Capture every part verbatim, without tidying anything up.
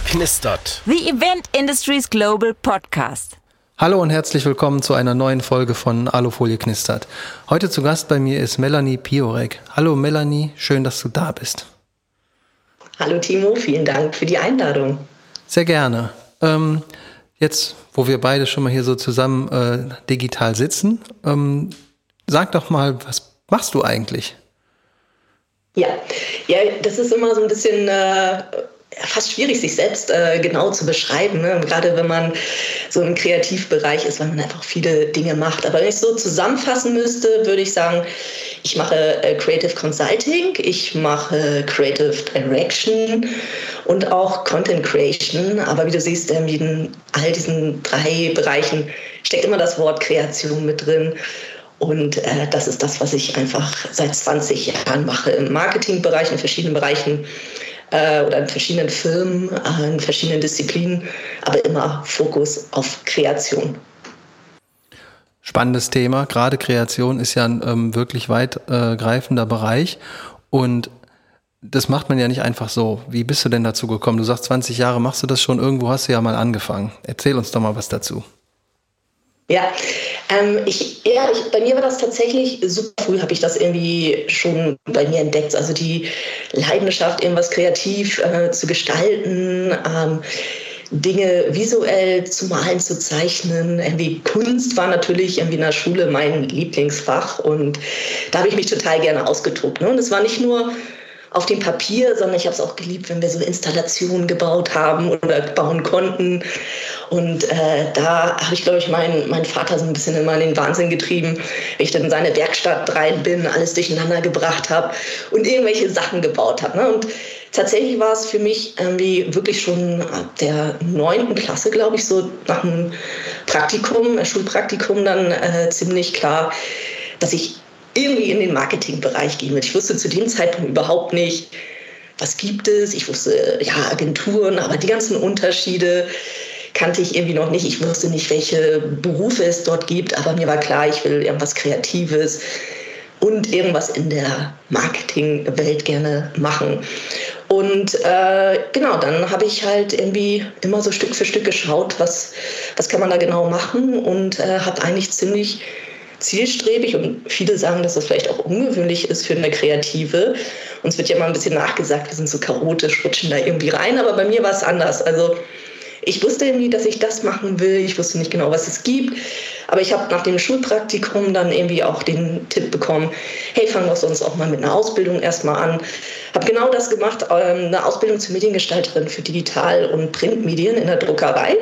knistert. The Event Industries Global Podcast. Hallo und herzlich willkommen zu einer neuen Folge von Alufolie knistert. Heute zu Gast bei mir ist Melanie Piorek. Hallo Melanie, schön, dass du da bist. Hallo Timo, vielen Dank für die Einladung. Sehr gerne. Ähm, jetzt, wo wir beide schon mal hier so zusammen äh, digital sitzen, ähm, sag doch mal, was machst du eigentlich? Ja, ja, das ist immer so ein bisschen äh, fast schwierig, sich selbst äh, genau zu beschreiben, ne? Gerade wenn man so im Kreativbereich ist, weil man einfach viele Dinge macht. Aber wenn ich so zusammenfassen müsste, würde ich sagen, ich mache äh, Creative Consulting, ich mache Creative Direction und auch Content Creation. Aber wie du siehst, äh, in all diesen drei Bereichen steckt immer das Wort Kreation mit drin. Und äh, das ist das, was ich einfach seit zwanzig Jahren mache, im Marketingbereich, in verschiedenen Bereichen äh, oder in verschiedenen Firmen, äh, in verschiedenen Disziplinen, aber immer Fokus auf Kreation. Spannendes Thema. Gerade Kreation ist ja ein ähm, wirklich weitgreifender äh, Bereich und das macht man ja nicht einfach so. Wie bist du denn dazu gekommen? Du sagst, zwanzig Jahre machst du das schon, irgendwo hast du ja mal angefangen. Erzähl uns doch mal was dazu. Ja, ähm, ich, ja ich, bei mir war das tatsächlich super früh, habe ich das irgendwie schon bei mir entdeckt. Also die Leidenschaft, irgendwas kreativ äh, zu gestalten, ähm, Dinge visuell zu malen, zu zeichnen. Irgendwie Kunst war natürlich irgendwie in der Schule mein Lieblingsfach und da habe ich mich total gerne ausgetobt. Ne? Und es war nicht nur auf dem Papier, sondern ich habe es auch geliebt, wenn wir so Installationen gebaut haben oder bauen konnten. Und äh, da habe ich, glaube ich, meinen mein Vater so ein bisschen immer in den Wahnsinn getrieben, wenn ich dann in seine Werkstatt rein bin, alles durcheinander gebracht habe und irgendwelche Sachen gebaut habe. Ne? Und tatsächlich war es für mich irgendwie wirklich schon ab der neunten Klasse, glaube ich, so nach einem Praktikum, Schulpraktikum dann äh, ziemlich klar, dass ich irgendwie in den Marketingbereich gehen will. Ich wusste zu dem Zeitpunkt überhaupt nicht, was gibt es. Ich wusste, ja, Agenturen, aber die ganzen Unterschiede kannte ich irgendwie noch nicht. Ich wusste nicht, welche Berufe es dort gibt, aber mir war klar, ich will irgendwas Kreatives und irgendwas in der Marketingwelt gerne machen. Und äh, genau, dann habe ich halt irgendwie immer so Stück für Stück geschaut, was, was kann man da genau machen und äh, habe eigentlich ziemlich zielstrebig und viele sagen, dass das vielleicht auch ungewöhnlich ist für eine Kreative. Uns wird ja mal ein bisschen nachgesagt, wir sind so chaotisch, rutschen da irgendwie rein, aber bei mir war es anders. Also ich wusste irgendwie, dass ich das machen will, ich wusste nicht genau, was es gibt, aber ich habe nach dem Schulpraktikum dann irgendwie auch den Tipp bekommen, hey, fangen wir sonst auch mal mit einer Ausbildung erstmal an. Habe genau das gemacht, eine Ausbildung zur Mediengestalterin für Digital- und Printmedien in der Druckerei.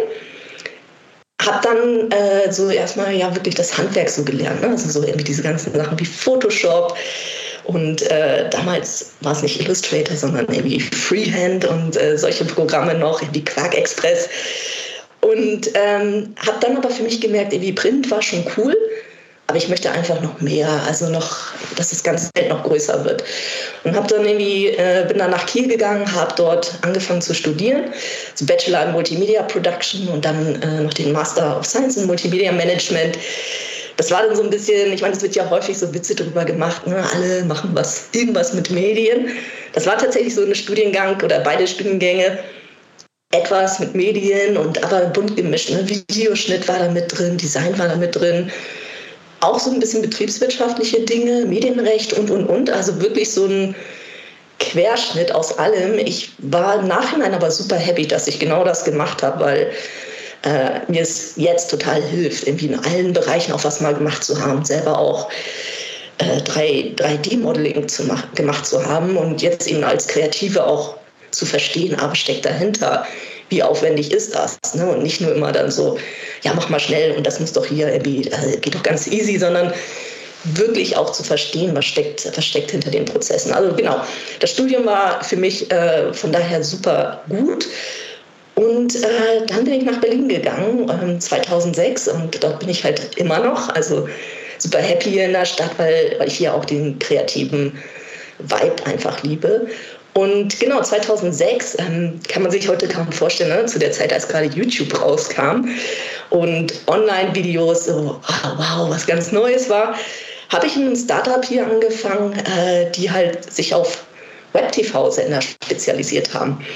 Habe dann äh, so erstmal ja wirklich das Handwerk so gelernt, ne? Also so irgendwie diese ganzen Sachen wie Photoshop und äh, damals war es nicht Illustrator, sondern irgendwie Freehand und äh, solche Programme noch, wie Quark Express. Und ähm, habe dann aber für mich gemerkt, irgendwie Print war schon cool, aber ich möchte einfach noch mehr, also noch, dass das ganze Feld noch größer wird. Und habe dann irgendwie, äh, bin dann nach Kiel gegangen, habe dort angefangen zu studieren, so Bachelor in Multimedia Production und dann äh, noch den Master of Science in Multimedia Management. Das war dann so ein bisschen, ich meine, es wird ja häufig so Witze drüber gemacht, ne? Alle machen was, irgendwas mit Medien. Das war tatsächlich so ein Studiengang oder beide Studiengänge, etwas mit Medien und aber bunt gemischt. Ne? Videoschnitt war da mit drin, Design war da mit drin. Auch so ein bisschen betriebswirtschaftliche Dinge, Medienrecht und, und, und. Also wirklich so ein Querschnitt aus allem. Ich war im Nachhinein aber super happy, dass ich genau das gemacht habe, weil äh, mir es jetzt total hilft, irgendwie in allen Bereichen auch was mal gemacht zu haben, selber auch äh, drei D-Modeling zu mach, gemacht zu haben und jetzt eben als Kreative auch zu verstehen, aber steckt dahinter. Wie aufwendig ist das? Ne? Und nicht nur immer dann so, ja, mach mal schnell und das muss doch hier irgendwie, äh, geht doch ganz easy, sondern wirklich auch zu verstehen, was steckt, was steckt hinter den Prozessen. Also genau, das Studium war für mich äh, von daher super gut. Und äh, dann bin ich nach Berlin gegangen, ähm, zweitausendsechs, und dort bin ich halt immer noch. Also super happy hier in der Stadt, weil, weil ich hier auch den kreativen Vibe einfach liebe. Und genau, zweitausendsechs ähm, kann man sich heute kaum vorstellen, ne? Zu der Zeit, als gerade YouTube rauskam und Online-Videos, so oh, wow, was ganz Neues war, habe ich in einem Startup hier angefangen, äh, die halt sich auf Web-T V-Sender spezialisiert haben.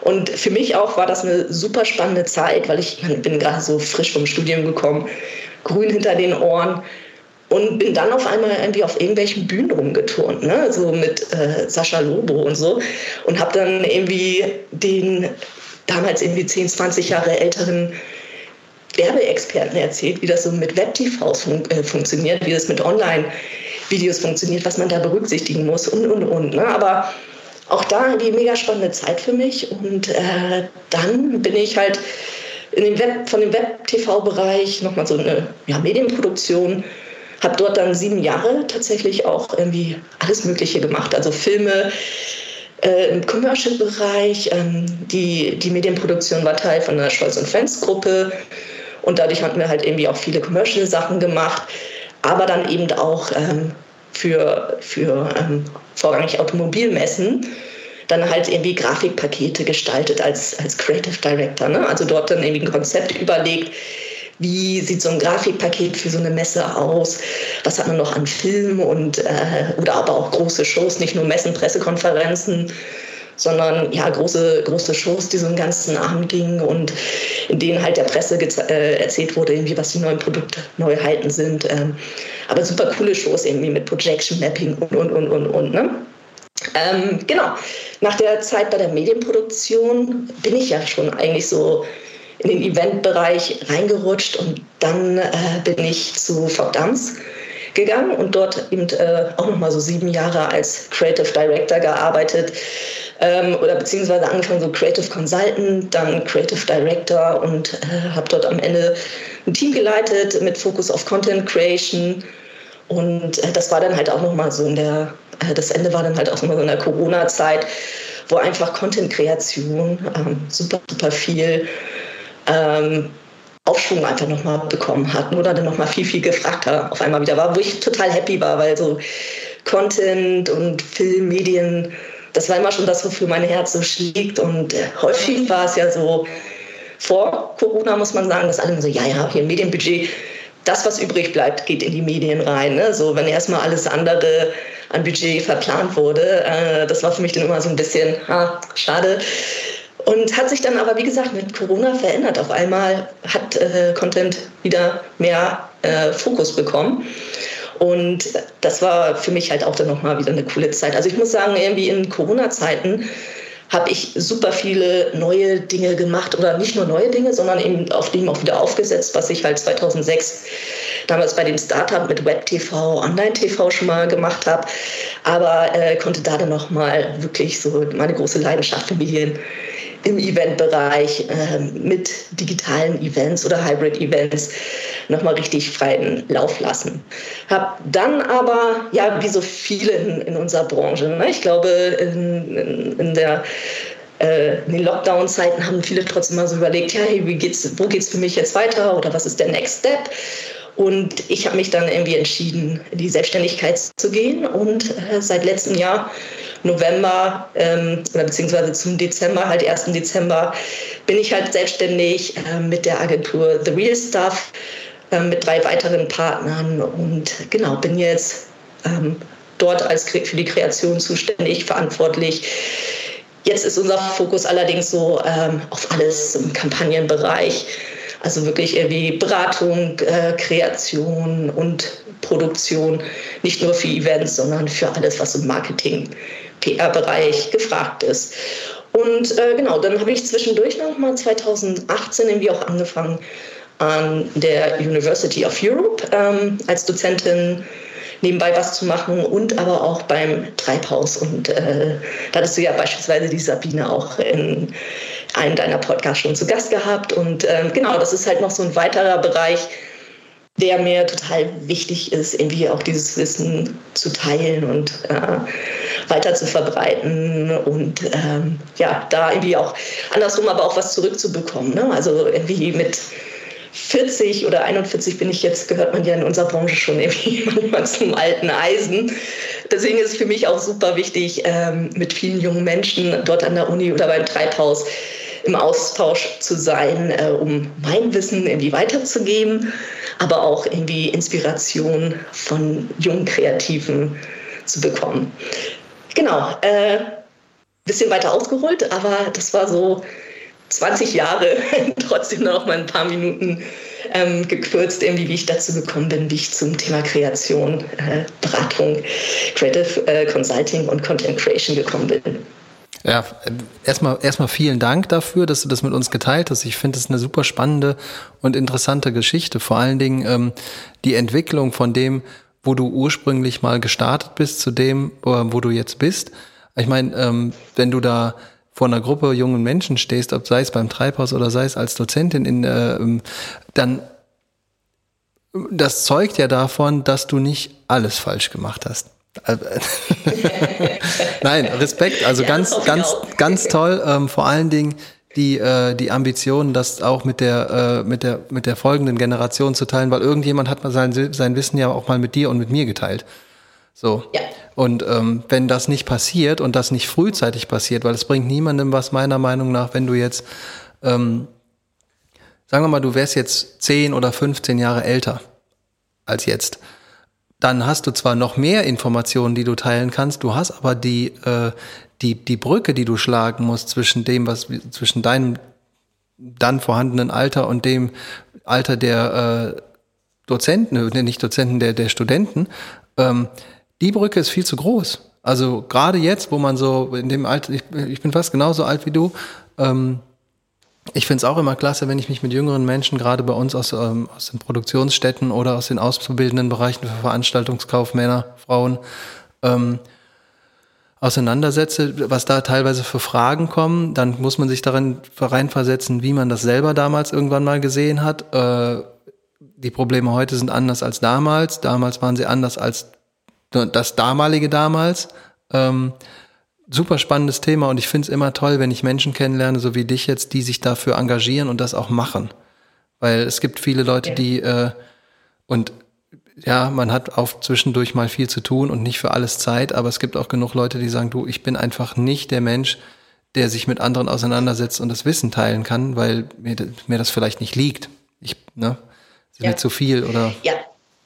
Und für mich auch war das eine super spannende Zeit, weil ich, ich bin gerade so frisch vom Studium gekommen, grün hinter den Ohren und bin dann auf einmal irgendwie auf irgendwelchen Bühnen rumgeturnt, ne? So mit äh, Sascha Lobo und so und habe dann irgendwie den damals irgendwie zehn, zwanzig Jahre älteren Werbeexperten erzählt, wie das so mit Web-T V fun- äh, funktioniert, wie das mit Online-Videos funktioniert, was man da berücksichtigen muss und, und, und. Ne? Aber auch da irgendwie mega spannende Zeit für mich. Und äh, dann bin ich halt in den Web, von dem Web-T V-Bereich nochmal so eine ja, Medienproduktion, habe dort dann sieben Jahre tatsächlich auch irgendwie alles Mögliche gemacht. Also Filme, Äh, im Commercial-Bereich. Ähm, die, die Medienproduktion war Teil von der Scholz und Friends-Gruppe und dadurch hatten wir halt irgendwie auch viele Commercial-Sachen gemacht, aber dann eben auch ähm, für, für ähm, vorrangig Automobilmessen dann halt irgendwie Grafikpakete gestaltet als, als Creative Director. Ne? Also dort dann irgendwie ein Konzept überlegt, wie sieht so ein Grafikpaket für so eine Messe aus, was hat man noch an Filmen und äh, oder aber auch große Shows, nicht nur Messen, Pressekonferenzen, sondern ja große, große Shows, die so einen ganzen Abend gingen und in denen halt der Presse geze- äh, erzählt wurde, irgendwie, was die neuen Produkte, Neuheiten sind. Ähm, aber super coole Shows irgendwie mit Projection Mapping und, und, und, und, und. Ne? Ähm, genau, nach der Zeit bei der Medienproduktion bin ich ja schon eigentlich so in den Eventbereich reingerutscht und dann äh, bin ich zu Vogt Dams gegangen und dort eben äh, auch nochmal so sieben Jahre als Creative Director gearbeitet ähm, oder beziehungsweise angefangen so Creative Consultant, dann Creative Director und äh, habe dort am Ende ein Team geleitet mit Fokus auf Content Creation und äh, das war dann halt auch nochmal so in der, äh, das Ende war dann halt auch nochmal so in der Corona-Zeit, wo einfach Content-Kreation ähm, super, super viel Ähm, Aufschwung einfach nochmal bekommen hat oder dann nochmal viel, viel gefragter auf einmal wieder war, wo ich total happy war, weil so Content und Film, Medien, das war immer schon das, wofür mein Herz so schlägt und äh, häufig war es ja so, vor Corona muss man sagen, dass alle so, ja, ja, hier Medienbudget, das, was übrig bleibt, geht in die Medien rein, ne? So, wenn erstmal alles andere an Budget verplant wurde, äh, das war für mich dann immer so ein bisschen, ah, schade. Und hat sich dann aber, wie gesagt, mit Corona verändert. Auf einmal hat äh, Content wieder mehr äh, Fokus bekommen. Und das war für mich halt auch dann nochmal wieder eine coole Zeit. Also ich muss sagen, irgendwie in Corona-Zeiten habe ich super viele neue Dinge gemacht. Oder nicht nur neue Dinge, sondern eben auf dem auch wieder aufgesetzt, was ich halt zweitausendsechs damals bei dem Startup mit Web-T V, Online-T V schon mal gemacht habe. Aber äh, konnte da dann nochmal wirklich so meine große Leidenschaft für Medien im Eventbereich äh, mit digitalen Events oder Hybrid-Events nochmal richtig freien Lauf lassen. Hab dann aber, ja, wie so viele in, in unserer Branche, ne? Ich glaube, in, in, in, der, äh, in den Lockdown-Zeiten haben viele trotzdem mal so überlegt, ja, hey, wie geht's, wo geht's für mich jetzt weiter oder was ist der Next Step? Und ich habe mich dann irgendwie entschieden, in die Selbstständigkeit zu gehen und äh, seit letztem Jahr November ähm, oder beziehungsweise zum Dezember, halt ersten Dezember, bin ich halt selbstständig äh, mit der Agentur The Real Stuff, äh, mit drei weiteren Partnern und genau, bin jetzt ähm, dort als für die Kreation zuständig, verantwortlich. Jetzt ist unser Fokus allerdings so ähm, auf alles im Kampagnenbereich, also wirklich irgendwie Beratung, äh, Kreation und Produktion, nicht nur für Events, sondern für alles, was im Marketing, P R-Bereich gefragt ist. Und äh, genau, dann habe ich zwischendurch noch mal zweitausendachtzehn irgendwie auch angefangen an der University of Europe ähm, als Dozentin nebenbei was zu machen und aber auch beim Treibhaus. Und äh, da hattest du ja beispielsweise die Sabine auch in einem deiner Podcasts schon zu Gast gehabt. Und äh, genau, das ist halt noch so ein weiterer Bereich, der mir total wichtig ist, irgendwie auch dieses Wissen zu teilen und äh, weiter zu verbreiten und ähm, ja, da irgendwie auch andersrum aber auch was zurückzubekommen. Ne? Also irgendwie mit vierzig oder einundvierzig bin ich jetzt, gehört man ja in unserer Branche schon irgendwie manchmal zum alten Eisen. Deswegen ist es für mich auch super wichtig, ähm, mit vielen jungen Menschen dort an der Uni oder beim Treibhaus im Austausch zu sein, äh, um mein Wissen irgendwie weiterzugeben, aber auch irgendwie Inspiration von jungen Kreativen zu bekommen. Genau. Äh, bisschen weiter ausgeholt, aber das war so zwanzig Jahre, trotzdem noch mal ein paar Minuten ähm, gekürzt, irgendwie, wie ich dazu gekommen bin, wie ich zum Thema Kreation, äh, Beratung, Creative äh, Consulting und Content Creation gekommen bin. Ja, erstmal erstmal vielen Dank dafür, dass du das mit uns geteilt hast. Ich finde es eine super spannende und interessante Geschichte. Vor allen Dingen ähm, die Entwicklung von dem, wo du ursprünglich mal gestartet bist, zu dem, wo du jetzt bist. Ich meine, ähm, wenn du da vor einer Gruppe jungen Menschen stehst, ob sei es beim Treibhaus oder sei es als Dozentin, in, äh, dann das zeugt ja davon, dass du nicht alles falsch gemacht hast. Nein, Respekt, also ja, ganz, ganz, ganz toll. Ähm, vor allen Dingen die äh, die Ambition, das auch mit der äh, mit der mit der folgenden Generation zu teilen, weil irgendjemand hat mal sein sein Wissen ja auch mal mit dir und mit mir geteilt. So. Ja. Und ähm, wenn das nicht passiert und das nicht frühzeitig passiert, weil es bringt niemandem was meiner Meinung nach, wenn du jetzt ähm, sagen wir mal, du wärst jetzt zehn oder fünfzehn Jahre älter als jetzt. Dann hast du zwar noch mehr Informationen, die du teilen kannst, du hast aber die äh, die die Brücke, die du schlagen musst zwischen dem, was zwischen deinem dann vorhandenen Alter und dem Alter der äh, Dozenten, nicht Dozenten, der der Studenten. Ähm, die Brücke ist viel zu groß. Also gerade jetzt, wo man so in dem Alter, ich, ich bin fast genauso alt wie du. Ähm, Ich finde es auch immer klasse, wenn ich mich mit jüngeren Menschen, gerade bei uns aus, ähm, aus den Produktionsstätten oder aus den auszubildenden Bereichen für Veranstaltungskaufmänner, Frauen, ähm, auseinandersetze, was da teilweise für Fragen kommen. Dann muss man sich darin reinversetzen, wie man das selber damals irgendwann mal gesehen hat. Äh, die Probleme heute sind anders als damals. Damals waren sie anders als das damalige damals. Ähm, Super spannendes Thema und ich finde es immer toll, wenn ich Menschen kennenlerne, so wie dich jetzt, die sich dafür engagieren und das auch machen. Weil es gibt viele Leute, ja. die äh, und ja, man hat auch zwischendurch mal viel zu tun und nicht für alles Zeit, aber es gibt auch genug Leute, die sagen, du, ich bin einfach nicht der Mensch, der sich mit anderen auseinandersetzt und das Wissen teilen kann, weil mir, mir das vielleicht nicht liegt. Ich, ne, ist ja. mir zu viel oder... Ja,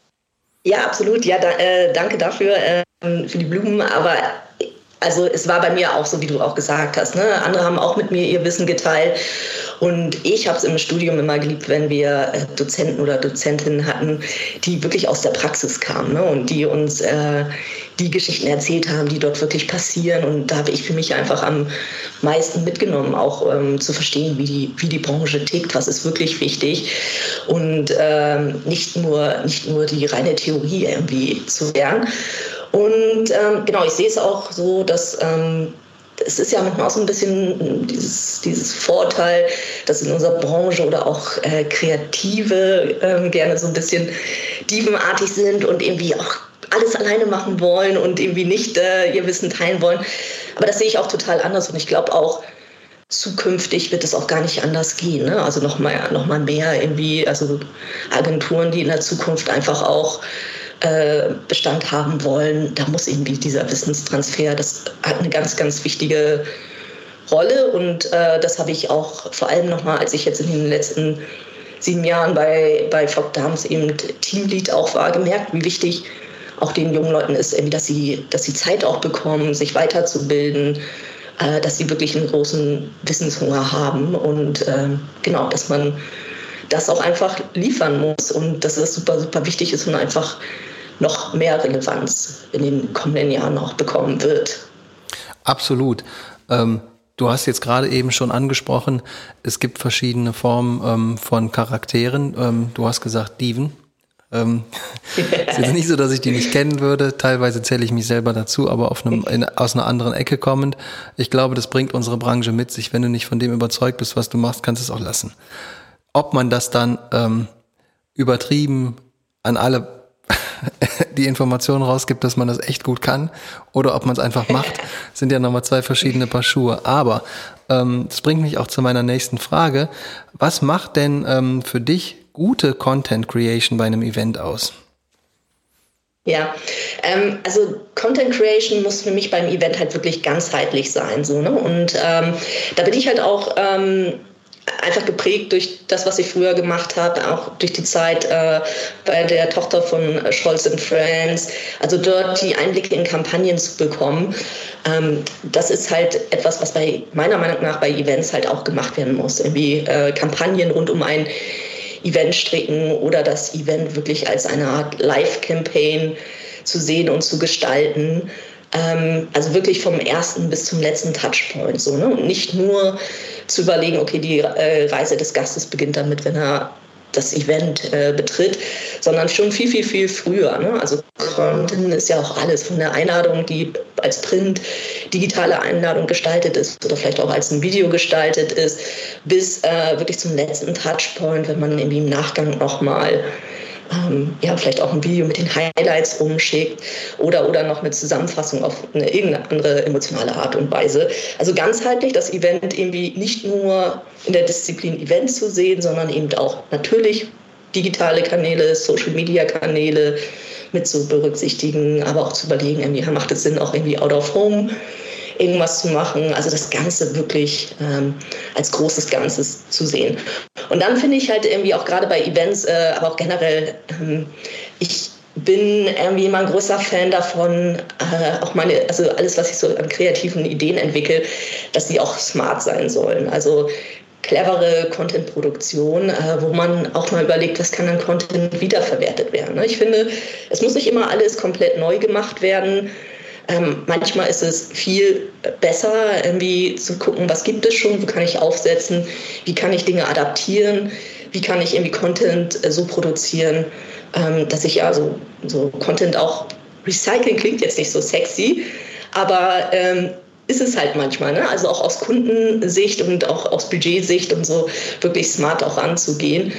ja absolut. Ja, da, äh, danke dafür, äh, für die Blumen, aber... Also es war bei mir auch so, wie du auch gesagt hast. Ne? Andere haben auch mit mir ihr Wissen geteilt. Und ich habe es im Studium immer geliebt, wenn wir Dozenten oder Dozentinnen hatten, die wirklich aus der Praxis kamen, ne? Und die uns äh, die Geschichten erzählt haben, die dort wirklich passieren. Und da habe ich für mich einfach am meisten mitgenommen, auch ähm, zu verstehen, wie die, wie die Branche tickt, was ist wirklich wichtig. Und ähm, nicht nur, nicht nur die reine Theorie irgendwie zu lernen. Und ähm, genau, ich sehe es auch so, dass ähm, es ist ja manchmal auch so ein bisschen dieses, dieses Vorteil, dass in unserer Branche oder auch äh, Kreative ähm, gerne so ein bisschen dievenartig sind und irgendwie auch alles alleine machen wollen und irgendwie nicht äh, ihr Wissen teilen wollen. Aber das sehe ich auch total anders und ich glaube auch, zukünftig wird es auch gar nicht anders gehen. Ne? Also noch mal, noch mal mehr irgendwie, also Agenturen, die in der Zukunft einfach auch Bestand haben wollen, da muss irgendwie dieser Wissenstransfer, das hat eine ganz, ganz wichtige Rolle und äh, das habe ich auch vor allem nochmal, als ich jetzt in den letzten sieben Jahren bei, bei Vogt Dams eben Teamlead auch war, gemerkt, wie wichtig auch den jungen Leuten ist, irgendwie, dass sie, dass sie Zeit auch bekommen, sich weiterzubilden, äh, dass sie wirklich einen großen Wissenshunger haben und äh, genau, dass man das auch einfach liefern muss und dass es super, super wichtig ist und einfach noch mehr Relevanz in den kommenden Jahren auch bekommen wird. Absolut. Ähm, du hast jetzt gerade eben schon angesprochen, es gibt verschiedene Formen ähm, von Charakteren. Ähm, du hast gesagt Diven. Ähm, es ist nicht so, dass ich die nicht kennen würde. Teilweise zähle ich mich selber dazu, aber auf einem, in, aus einer anderen Ecke kommend. Ich glaube, das bringt unsere Branche mit sich. Wenn du nicht von dem überzeugt bist, was du machst, kannst du es auch lassen. Ob man das dann ähm, übertrieben an alle die Informationen rausgibt, dass man das echt gut kann, oder ob man es einfach macht, sind ja nochmal zwei verschiedene Paar Schuhe. Aber ähm, das bringt mich auch zu meiner nächsten Frage. Was macht denn ähm, für dich gute Content Creation bei einem Event aus? Ja, ähm, also Content Creation muss für mich beim Event halt wirklich ganzheitlich sein. So, ne? Und ähm, da bin ich halt auch... Ähm, einfach geprägt durch das, was ich früher gemacht habe, auch durch die Zeit äh, bei der Tochter von Scholz and Friends. Also dort die Einblicke in Kampagnen zu bekommen, ähm, das ist halt etwas, was bei meiner Meinung nach bei Events halt auch gemacht werden muss. Irgendwie äh, Kampagnen rund um ein Event stricken oder das Event wirklich als eine Art Live-Campaign zu sehen und zu gestalten. Ähm, also wirklich vom ersten bis zum letzten Touchpoint. So, ne? Und nicht nur zu überlegen, okay, die äh, Reise des Gastes beginnt damit, wenn er das Event äh, betritt, sondern schon viel, viel, viel früher. Ne? Also Content ist ja auch alles, von der Einladung, die als Print, digitale Einladung gestaltet ist oder vielleicht auch als ein Video gestaltet ist, bis äh, wirklich zum letzten Touchpoint, wenn man irgendwie im Nachgang nochmal Ähm, ja, vielleicht auch ein Video mit den Highlights rumschickt oder, oder noch eine Zusammenfassung auf eine irgendeine andere emotionale Art und Weise. Also ganzheitlich das Event irgendwie nicht nur in der Disziplin Event zu sehen, sondern eben auch natürlich digitale Kanäle, Social-Media-Kanäle mit zu berücksichtigen, aber auch zu überlegen, irgendwie macht es Sinn, auch irgendwie out of home irgendwas zu machen, also das Ganze wirklich ähm, als großes Ganzes zu sehen. Und dann finde ich halt irgendwie auch gerade bei Events, äh, aber auch generell, ähm, ich bin irgendwie immer ein großer Fan davon, äh, auch meine, also alles, was ich so an kreativen Ideen entwickle, dass die auch smart sein sollen. Also clevere Content-Produktion, äh, wo man auch mal überlegt, was kann an Content wiederverwertet werden. Ne? Ich finde, es muss nicht immer alles komplett neu gemacht werden. Ähm, manchmal ist es viel besser, irgendwie zu gucken, was gibt es schon, wo kann ich aufsetzen, wie kann ich Dinge adaptieren, wie kann ich irgendwie Content äh, so produzieren, ähm, dass ich ja so, so Content auch recyceln klingt jetzt nicht so sexy, aber ähm, ist es halt manchmal, ne? Also auch aus Kundensicht und auch aus Budgetsicht und so wirklich smart auch anzugehen,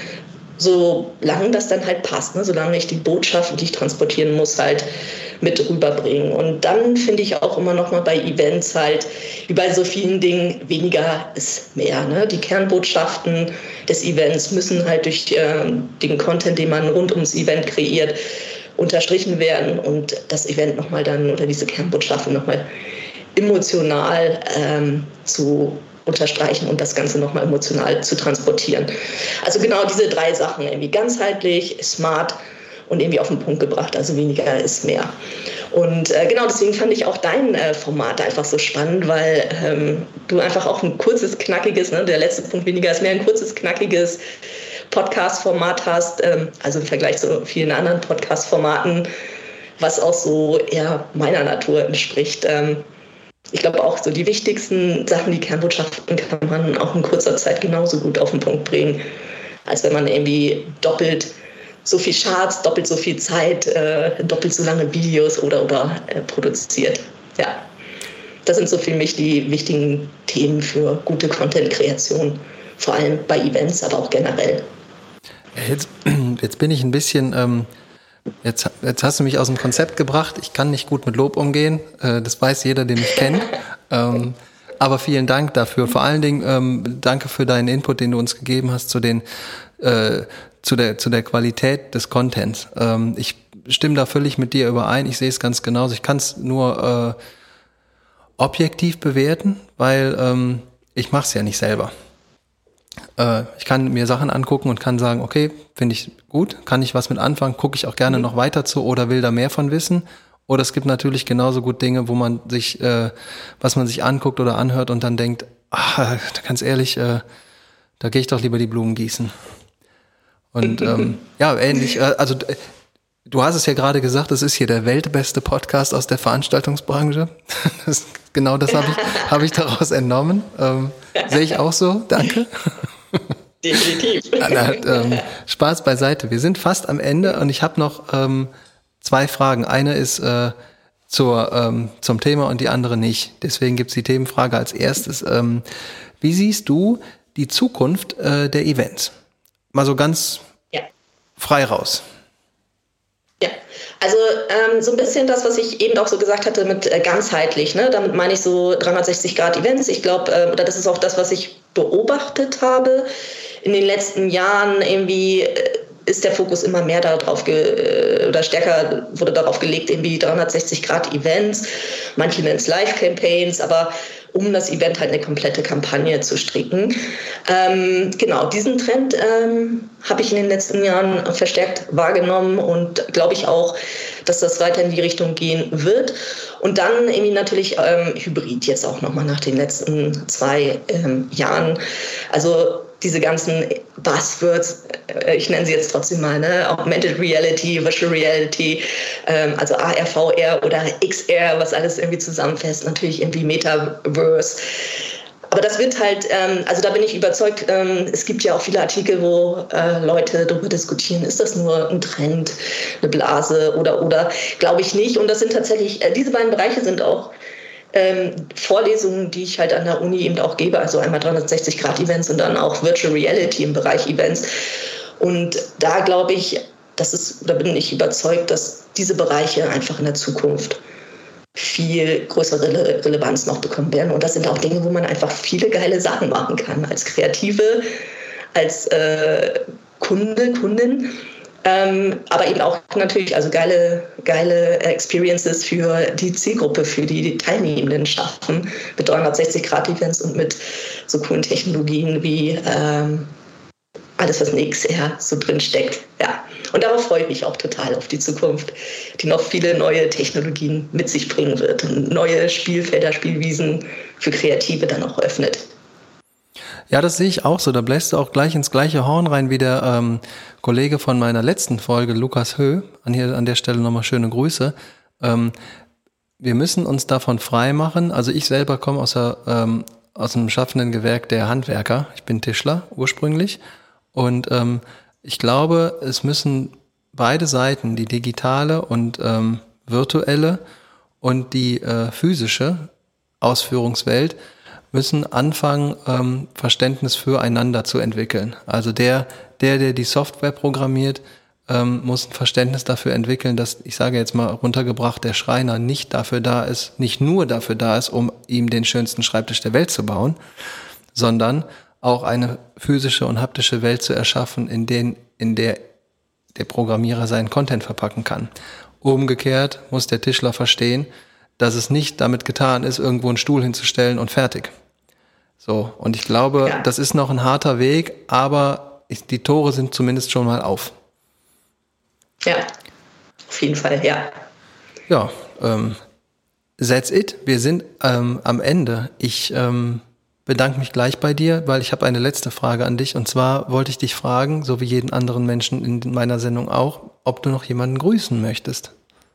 solange das dann halt passt, ne? Solange ich die Botschaft, die ich transportieren muss, halt mit rüberbringen. Und dann finde ich auch immer noch mal bei Events halt, wie bei so vielen Dingen, weniger ist mehr. Ne? Die Kernbotschaften des Events müssen halt durch äh, den Content, den man rund ums Event kreiert, unterstrichen werden und das Event noch mal dann oder diese Kernbotschaften noch mal emotional ähm, zu unterstreichen und das Ganze nochmal emotional zu transportieren. Also genau diese drei Sachen, irgendwie ganzheitlich, smart und irgendwie auf den Punkt gebracht, also weniger ist mehr. Und äh, genau deswegen fand ich auch dein äh, Format einfach so spannend, weil ähm, du einfach auch ein kurzes, knackiges, ne, der letzte Punkt weniger ist mehr, ein kurzes, knackiges Podcast-Format hast, ähm, also im Vergleich zu vielen anderen Podcast-Formaten, was auch so eher meiner Natur entspricht. Ähm, Ich glaube auch so die wichtigsten Sachen, die Kernbotschaften kann man auch in kurzer Zeit genauso gut auf den Punkt bringen, als wenn man irgendwie doppelt so viel Charts, doppelt so viel Zeit, äh, doppelt so lange Videos oder oder äh, produziert. Ja, das sind so für mich die wichtigen Themen für gute Content-Kreation, vor allem bei Events, aber auch generell. Jetzt, jetzt bin ich ein bisschen... Ähm Jetzt, jetzt hast du mich aus dem Konzept gebracht. Ich kann nicht gut mit Lob umgehen. Äh, das weiß jeder, der mich kennt. Ähm, aber vielen Dank dafür. Vor allen Dingen ähm, danke für deinen Input, den du uns gegeben hast zu den äh, zu der zu der Qualität des Contents. Ähm, ich stimme da völlig mit dir überein. Ich sehe es ganz genauso. Ich kann es nur äh, objektiv bewerten, weil ähm, ich mache es ja nicht selber. Ich kann mir Sachen angucken und kann sagen, okay, finde ich gut, kann ich was mit anfangen, gucke ich auch gerne noch weiter zu oder will da mehr von wissen. Oder es gibt natürlich genauso gut Dinge, wo man sich, äh, was man sich anguckt oder anhört und dann denkt, ach, ganz ehrlich, äh, da gehe ich doch lieber die Blumen gießen. Und ähm, ja, ähnlich, äh, also du hast es ja gerade gesagt, das ist hier der weltbeste Podcast aus der Veranstaltungsbranche. Das, genau das habe ich, hab ich daraus entnommen. Ähm, sehe ich auch so, danke. Definitiv. Na, ähm, Spaß beiseite. Wir sind fast am Ende und ich habe noch ähm, zwei Fragen. Eine ist äh, zur, ähm, zum Thema und die andere nicht. Deswegen gibt's die Themenfrage als erstes. Ähm, wie siehst du die Zukunft äh, der Events? Mal so ganz ja. frei raus. Ja, also ähm, so ein bisschen das, was ich eben auch so gesagt hatte mit äh, ganzheitlich, ne? Damit meine ich so dreihundertsechzig Grad Events. Ich glaube, äh, oder das ist auch das, was ich beobachtet habe in den letzten Jahren. Irgendwie äh, ist der Fokus immer mehr darauf ge- oder stärker wurde darauf gelegt, irgendwie dreihundertsechzig Grad Events, manche nennen es Live-Campaigns, aber um das Event halt eine komplette Kampagne zu stricken. Ähm, genau, diesen Trend ähm, habe ich in den letzten Jahren verstärkt wahrgenommen und glaube ich auch, dass das weiter in die Richtung gehen wird. Und dann irgendwie natürlich ähm, Hybrid jetzt auch nochmal nach den letzten zwei ähm, Jahren. Also diese ganzen Buzzwords, äh, ich nenne sie jetzt trotzdem mal, ne? Augmented Reality, Virtual Reality, ähm, also A R, V R oder X R, was alles irgendwie zusammenfasst, natürlich irgendwie Metaverse. Aber das wird halt, ähm, also da bin ich überzeugt, ähm, es gibt ja auch viele Artikel, wo äh, Leute darüber diskutieren, ist das nur ein Trend, eine Blase oder, oder, glaube ich nicht. Und das sind tatsächlich, äh, diese beiden Bereiche sind auch ähm, Vorlesungen, die ich halt an der Uni eben auch gebe, also einmal dreihundertsechzig Grad Events und dann auch Virtual Reality im Bereich Events. Und da glaube ich, das ist, da bin ich überzeugt, dass diese Bereiche einfach in der Zukunft viel größere Rele- Relevanz noch bekommen werden. Und das sind auch Dinge, wo man einfach viele geile Sachen machen kann, als Kreative, als äh, Kunde, Kundin. Ähm, aber eben auch natürlich also geile, geile Experiences für die Zielgruppe, für die Teilnehmenden schaffen, mit dreihundertsechzig Grad Events und mit so coolen Technologien wie ähm, alles, was in X R so drin steckt. Ja. Und darauf freue ich mich auch total auf die Zukunft, die noch viele neue Technologien mit sich bringen wird und neue Spielfelder, Spielwiesen für Kreative dann auch öffnet. Ja, das sehe ich auch so. Da bläst du auch gleich ins gleiche Horn rein wie der ähm, Kollege von meiner letzten Folge, Lukas Höh. An, hier, an der Stelle nochmal schöne Grüße. Ähm, wir müssen uns davon frei machen. Also ich selber komme aus, der, ähm, aus dem schaffenden Gewerk der Handwerker. Ich bin Tischler ursprünglich. Und ähm, ich glaube, es müssen beide Seiten, die digitale und ähm, virtuelle und die äh, physische Ausführungswelt, müssen anfangen, ähm, Verständnis füreinander zu entwickeln. Also der, der, der die Software programmiert, ähm, muss ein Verständnis dafür entwickeln, dass, ich sage jetzt mal runtergebracht, der Schreiner nicht dafür da ist, nicht nur dafür da ist, um ihm den schönsten Schreibtisch der Welt zu bauen, sondern auch eine physische und haptische Welt zu erschaffen, in, den, in der der Programmierer seinen Content verpacken kann. Umgekehrt muss der Tischler verstehen, dass es nicht damit getan ist, irgendwo einen Stuhl hinzustellen und fertig. So, und ich glaube, ja. Das ist noch ein harter Weg, aber ich, die Tore sind zumindest schon mal auf. Ja, auf jeden Fall, ja. Ja, ähm, that's it. Wir sind ähm, am Ende. Ich ähm, bedanke mich gleich bei dir, weil ich habe eine letzte Frage an dich. Und zwar wollte ich dich fragen, so wie jeden anderen Menschen in meiner Sendung auch, ob du noch jemanden grüßen möchtest.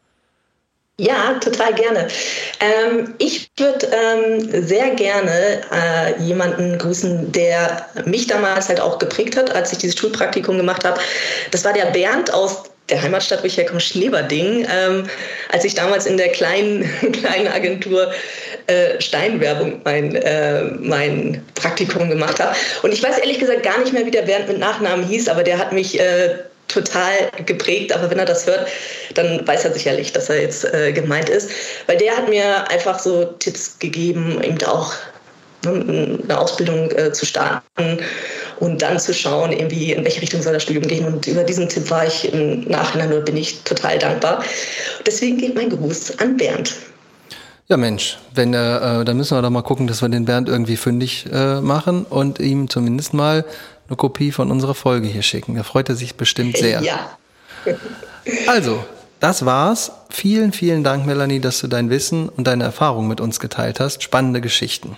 Ja, total gerne. Ähm, ich würde ähm, sehr gerne äh, jemanden grüßen, der mich damals halt auch geprägt hat, als ich dieses Schulpraktikum gemacht habe. Das war der Bernd aus der Heimatstadt, wo ich herkomme, Schleberding. Ähm, als ich damals in der kleinen, kleinen Agentur äh, Steinwerbung mein, äh, mein Praktikum gemacht habe. Und ich weiß ehrlich gesagt gar nicht mehr, wie der Bernd mit Nachnamen hieß, aber der hat mich äh, total geprägt, aber wenn er das hört, dann weiß er sicherlich, dass er jetzt äh, gemeint ist, weil der hat mir einfach so Tipps gegeben, eben auch ne, eine Ausbildung äh, zu starten und dann zu schauen, irgendwie in welche Richtung soll das Studium gehen, und über diesen Tipp war ich im Nachhinein oder bin ich total dankbar. Deswegen geht mein Gruß an Bernd. Ja Mensch, wenn er, äh, dann müssen wir doch mal gucken, dass wir den Bernd irgendwie fündig äh, machen und ihm zumindest mal eine Kopie von unserer Folge hier schicken. Da freut er sich bestimmt sehr. Ja. Also, das war's. Vielen, vielen Dank, Melanie, dass du dein Wissen und deine Erfahrungen mit uns geteilt hast. Spannende Geschichten.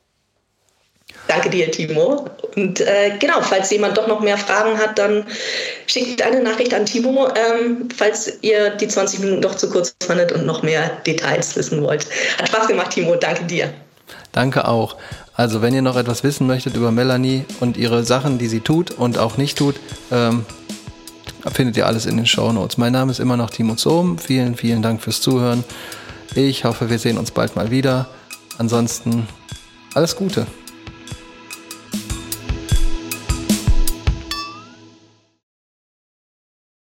Danke dir, Timo. Und äh, genau, falls jemand doch noch mehr Fragen hat, dann schickt eine Nachricht an Timo, ähm, falls ihr die zwanzig Minuten doch zu kurz fandet und noch mehr Details wissen wollt. Hat Spaß gemacht, Timo. Danke dir. Danke auch. Also wenn ihr noch etwas wissen möchtet über Melanie und ihre Sachen, die sie tut und auch nicht tut, ähm, findet ihr alles in den Shownotes. Mein Name ist immer noch Timo Zohm. Vielen, vielen Dank fürs Zuhören. Ich hoffe, wir sehen uns bald mal wieder. Ansonsten alles Gute.